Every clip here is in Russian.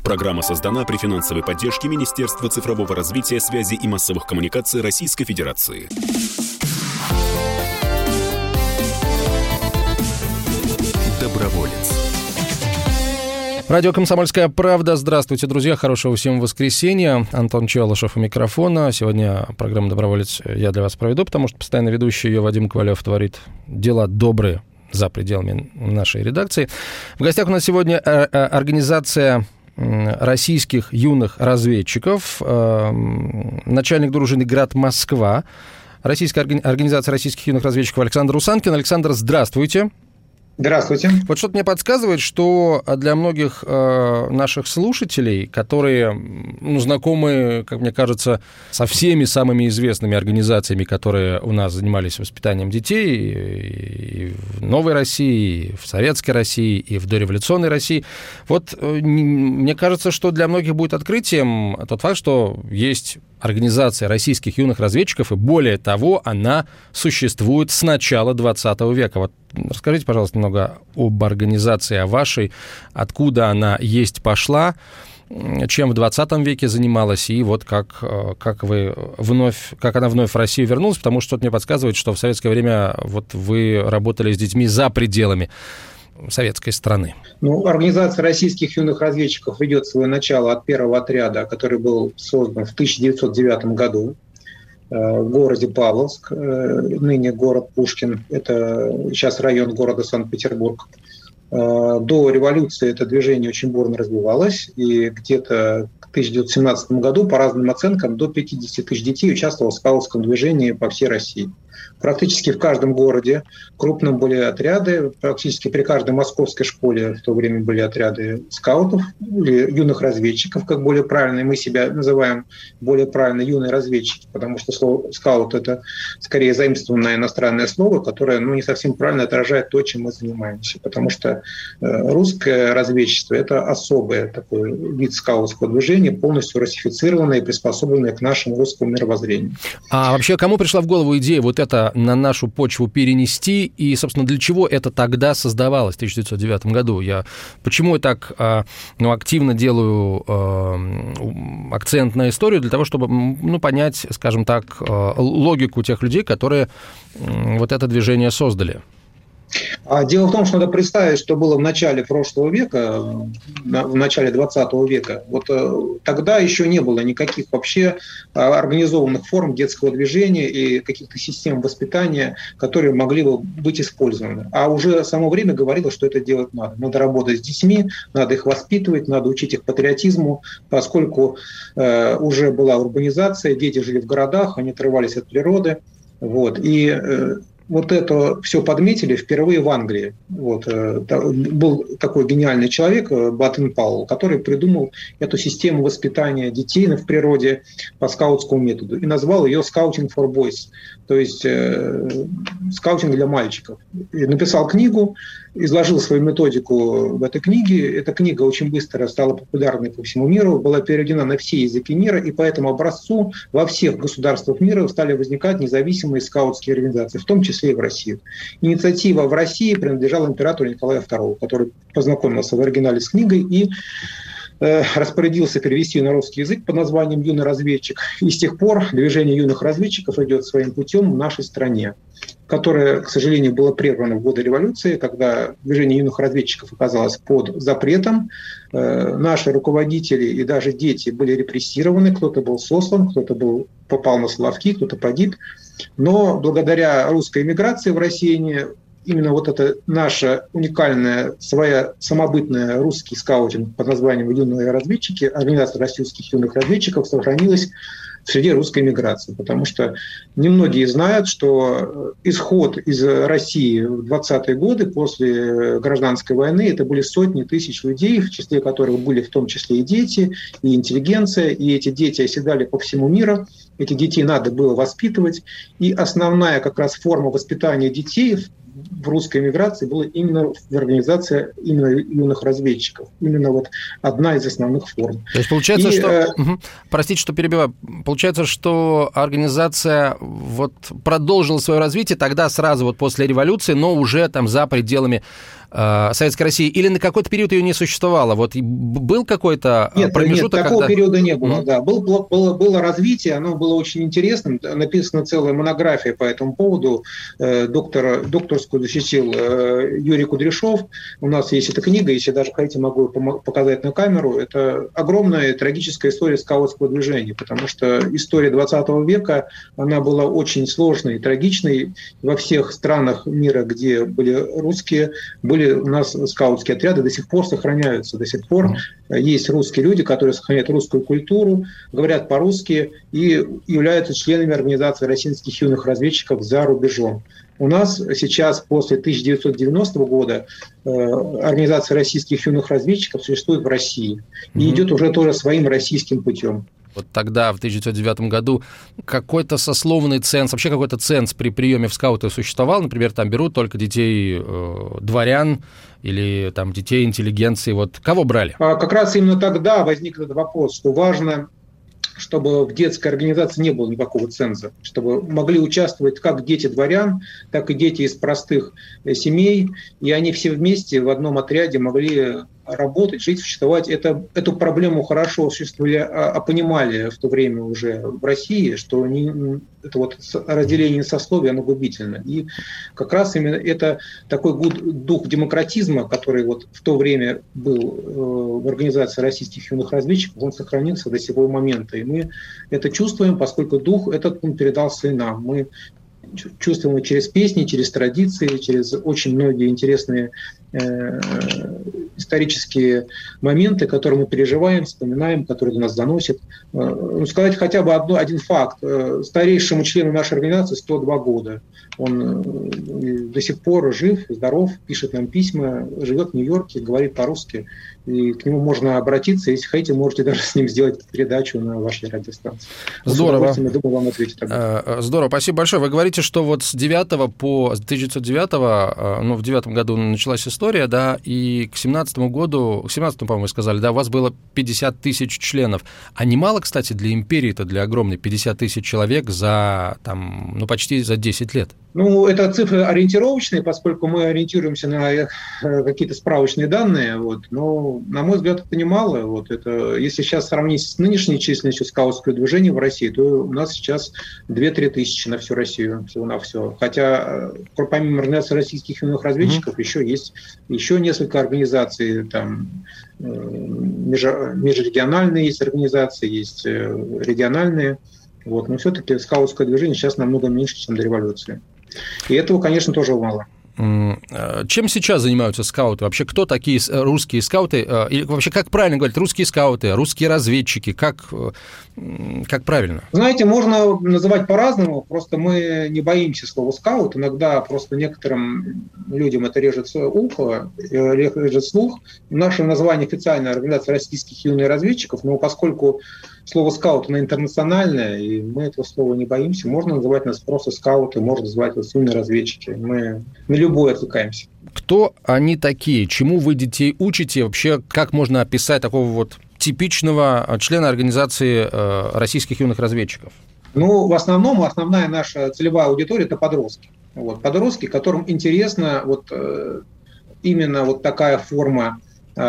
Программа создана при финансовой поддержке Министерства цифрового развития, связи и массовых коммуникаций Российской Федерации. Доброволец. Радио «Комсомольская правда». Здравствуйте, друзья. Хорошего всем воскресенья. Антон Челышев у микрофона. Сегодня программу «Доброволец» я для вас проведу, потому что постоянно ведущий ее Вадим Ковалев творит дела добрые за пределами нашей редакции. В гостях у нас сегодня организация российских юных разведчиков, начальник дружины «Град Москва», Российская организация российских юных разведчиков Александр Усанкин. Александр, здравствуйте. Здравствуйте. Вот что-то мне подсказывает, что для многих наших слушателей, которые знакомы, как мне кажется, со всеми самыми известными организациями, которые у нас занимались воспитанием детей и в Новой России, и в Советской России, и в дореволюционной России, вот мне кажется, что для многих будет открытием тот факт, что есть организация российских юных разведчиков, и более того, она существует с начала 20 века. Вот расскажите, пожалуйста, немного об организации, о вашей, откуда она пошла, чем в 20 веке занималась, и вот как она вновь в Россию вернулась, потому что мне подсказывает, что в советское время вот вы работали с детьми за пределами советской страны. Организация российских юных разведчиков ведет свое начало от первого отряда, который был создан в 1909 году в городе Павловск, ныне город Пушкин, это сейчас район города Санкт-Петербург. До революции это движение очень бурно развивалось, и где-то к 1917 году, по разным оценкам, до 50 тысяч детей участвовало в скаутском движении по всей России. Практически в каждом городе крупном были отряды, практически при каждой московской школе в то время были отряды скаутов или юных разведчиков, как более правильно, и мы себя называем более правильно юные разведчики, потому что слово скаут – это скорее заимствованное иностранное слово, которое не совсем правильно отражает то, чем мы занимаемся, потому что русское разведчество – это особый такой вид скаутского движения, полностью русифицированное и приспособленное к нашему русскому мировоззрению. А вообще, кому пришла в голову идея вот это на нашу почву перенести, и, собственно, для чего это тогда создавалось в 1909 году? Я почему я так активно делаю акцент на историю? Для того, чтобы понять, скажем так, логику тех людей, которые вот это движение создали. Дело в том, что надо представить, что было в начале прошлого века, в начале 20 века. Вот тогда еще не было никаких вообще организованных форм детского движения и каких-то систем воспитания, которые могли бы быть использованы. А уже само время говорило, что это делать надо. Надо работать с детьми, надо их воспитывать, надо учить их патриотизму, поскольку уже была урбанизация, дети жили в городах, они отрывались от природы. Вот это все подметили впервые в Англии. Был такой гениальный человек, Баттен Пауэлл, который придумал эту систему воспитания детей в природе по скаутскому методу и назвал ее «Scouting for Boys», то есть скаутинг для мальчиков. И написал книгу, изложил свою методику в этой книге. Эта книга очень быстро стала популярной по всему миру, была переведена на все языки мира, и по этому образцу во всех государствах мира стали возникать независимые скаутские организации, в том числе и в России. Инициатива в России принадлежала императору Николаю II, который познакомился в оригинале с книгой и распорядился перевести ее на русский язык под названием «Юный разведчик». И с тех пор движение юных разведчиков идет своим путем в нашей стране, которое, к сожалению, было прервано в годы революции, когда движение юных разведчиков оказалось под запретом. Наши руководители и даже дети были репрессированы, кто-то был сослан, кто-то попал на Соловки, кто-то погиб. Но благодаря русской эмиграции в России именно вот это наша уникальная, своя самобытная русский скаутинг под названием «Юные разведчики», организация российских юных разведчиков сохранилась среди русской эмиграции, потому что немногие знают, что исход из России в 20-е годы после гражданской войны это были сотни тысяч людей, в числе которых были в том числе и дети, и интеллигенция, и эти дети оседали по всему миру, этих детей надо было воспитывать, и основная как раз форма воспитания детей в русской эмиграции была именно в организации именно юных разведчиков. Именно вот одна из основных форм. То есть получается, что... Простите, что перебиваю. Получается, что организация вот продолжила свое развитие тогда сразу вот после революции, но уже там за пределами Советской России, или на какой-то период ее не существовало? Вот был какой-то промежуток? Нет, такого периода не было, да. Было развитие, оно было очень интересным. Написана целая монография по этому поводу. Докторскую защитил Юрий Кудряшов. У нас есть эта книга, если даже хотите, могу ее показать на камеру. Это огромная трагическая история скаутского движения, потому что история 20 века, она была очень сложной и трагичной. Во всех странах мира, где были русские, были у нас скаутские отряды, до сих пор сохраняются. До сих пор есть русские люди, которые сохраняют русскую культуру, говорят по-русски и являются членами организации российских юных разведчиков за рубежом. У нас сейчас, после 1990 года, организация российских юных разведчиков существует в России и идет уже тоже своим российским путем. Вот тогда, в 1909 году, какой-то сословный ценз, вообще какой-то ценз при приеме в скауты существовал? Например, там берут только детей дворян или там детей интеллигенции. Вот кого брали? Как раз именно тогда возник этот вопрос, что важно, чтобы в детской организации не было никакого ценза, чтобы могли участвовать как дети дворян, так и дети из простых семей, и они все вместе в одном отряде могли работать, жить, существовать. Эту проблему хорошо понимали в то время уже в России, что это вот разделение сословий, оно губительно. И как раз именно это такой дух демократизма, который вот в то время был в организации российских юных разведчиков, он сохранился до сего момента. И мы это чувствуем, поскольку дух этот передался и нам. Мы чувствуем через песни, через традиции, через очень многие интересные исторические моменты, которые мы переживаем, вспоминаем, которые до нас доносят. Сказать хотя бы один факт. Старейшему члену нашей организации 102 года. Он до сих пор жив, здоров, пишет нам письма, живет в Нью-Йорке, говорит по-русски. И к нему можно обратиться. Если хотите, можете даже с ним сделать передачу на вашей радиостанции. Здорово. Я думаю, вам ответить тогда. Здорово, спасибо большое. Вы говорите, что вот с 9 по 1909, в 9 году началась история, да, и к 17 году, к 17, по-моему, вы сказали, да, у вас было 50 тысяч членов. А немало, кстати, для империи-то, для огромной, 50 тысяч человек за, почти за 10 лет. Это цифры ориентировочные, поскольку мы ориентируемся на какие-то справочные данные, но, на мой взгляд, это немало. Если сейчас сравнить с нынешней численностью скаутского движения в России, то у нас сейчас 2-3 тысячи на всю Россию, всего-навсего. Хотя, помимо организации российских юных разведчиков, еще есть несколько организаций, межрегиональные есть организации, есть региональные. Но все-таки скаутское движение сейчас намного меньше, чем до революции. И этого, конечно, тоже мало. Чем сейчас занимаются скауты? Вообще, кто такие русские скауты? Или вообще, как правильно говорить, русские скауты, русские разведчики? Как правильно? Знаете, можно называть по-разному, просто мы не боимся слова «скаут». Иногда просто некоторым людям это режет ухо, режет слух. Наше название официальная организация российских юных разведчиков, но поскольку слово «скаут» оно интернациональное, и мы этого слова не боимся, можно называть нас просто скауты, можно называть нас юные разведчики. Мы на любое отвлекаемся. Кто они такие? Чему вы детей учите? Вообще, как можно описать такого типичного члена организации российских юных разведчиков? В основном, основная наша целевая аудитория – это подростки. Подростки, которым интересна именно такая форма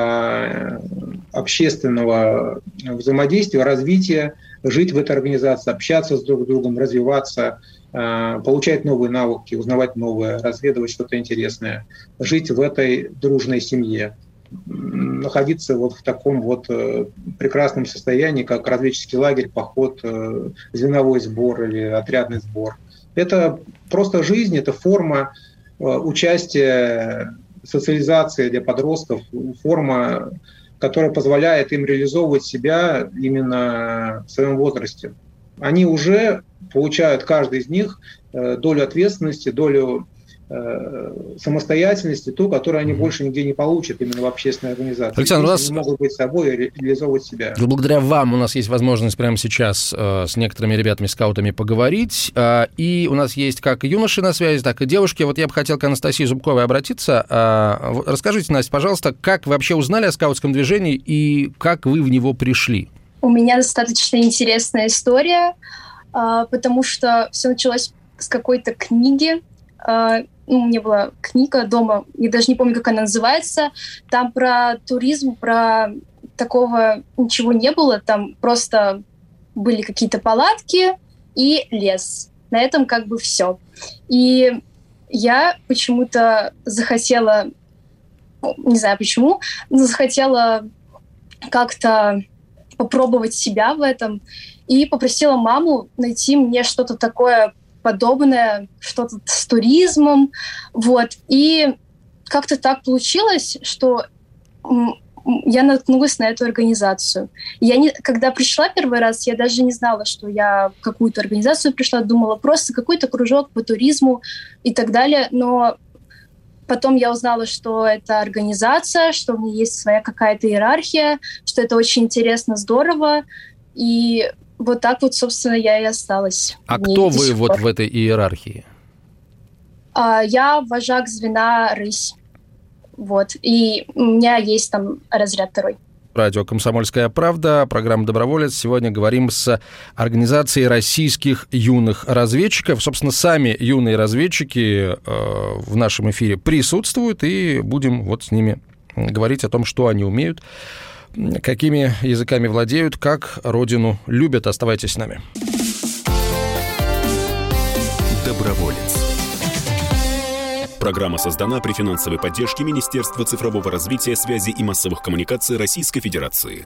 общественного взаимодействия, развития, жить в этой организации, общаться с друг другом, развиваться, получать новые навыки, узнавать новое, разведывать что-то интересное, жить в этой дружной семье, находиться в таком прекрасном состоянии, как разведческий лагерь, поход, звеновой сбор или отрядный сбор. Это просто жизнь, это форма участия, социализации для подростков, форма, которая позволяет им реализовывать себя именно в своем возрасте. Они уже получают, каждый из них, долю ответственности, долю самостоятельности, ту, которую они больше нигде не получат именно в общественной организации. Александр, они могут быть собой и реализовывать себя. Благодаря вам у нас есть возможность прямо сейчас с некоторыми ребятами-скаутами поговорить. И у нас есть как юноши на связи, так и девушки. Я бы хотел к Анастасии Зубковой обратиться. Расскажите, Настя, пожалуйста, как вы вообще узнали о скаутском движении и как вы в него пришли? У меня достаточно интересная история, потому что все началось с какой-то книги. у меня была книга дома, я даже не помню, как она называется, там про туризм, про такого ничего не было, там просто были какие-то палатки и лес. На этом как бы все. И я почему-то захотела, не знаю почему, но захотела как-то попробовать себя в этом и попросила маму найти мне что-то такое подобное, что-то с туризмом. Вот. И как-то так получилось, что я наткнулась на эту организацию. Когда пришла первый раз, я даже не знала, что я в какую-то организацию пришла, думала просто какой-то кружок по туризму и так далее. Но потом я узнала, что это организация, что в ней есть своя какая-то иерархия, что это очень интересно, здорово. И вот так вот, собственно, я и осталась. А кто вы вот в этой иерархии? Я вожак звена «Рысь». Вот. И у меня есть там разряд 2. Радио «Комсомольская правда», программа «Доброволец». Сегодня говорим с Организацией российских юных разведчиков. Собственно, сами юные разведчики в нашем эфире присутствуют, и будем вот с ними говорить о том, что они умеют, какими языками владеют, как родину любят. Оставайтесь с нами. Доброволец. Программа создана при финансовой поддержке Министерства цифрового развития, связи и массовых коммуникаций Российской Федерации.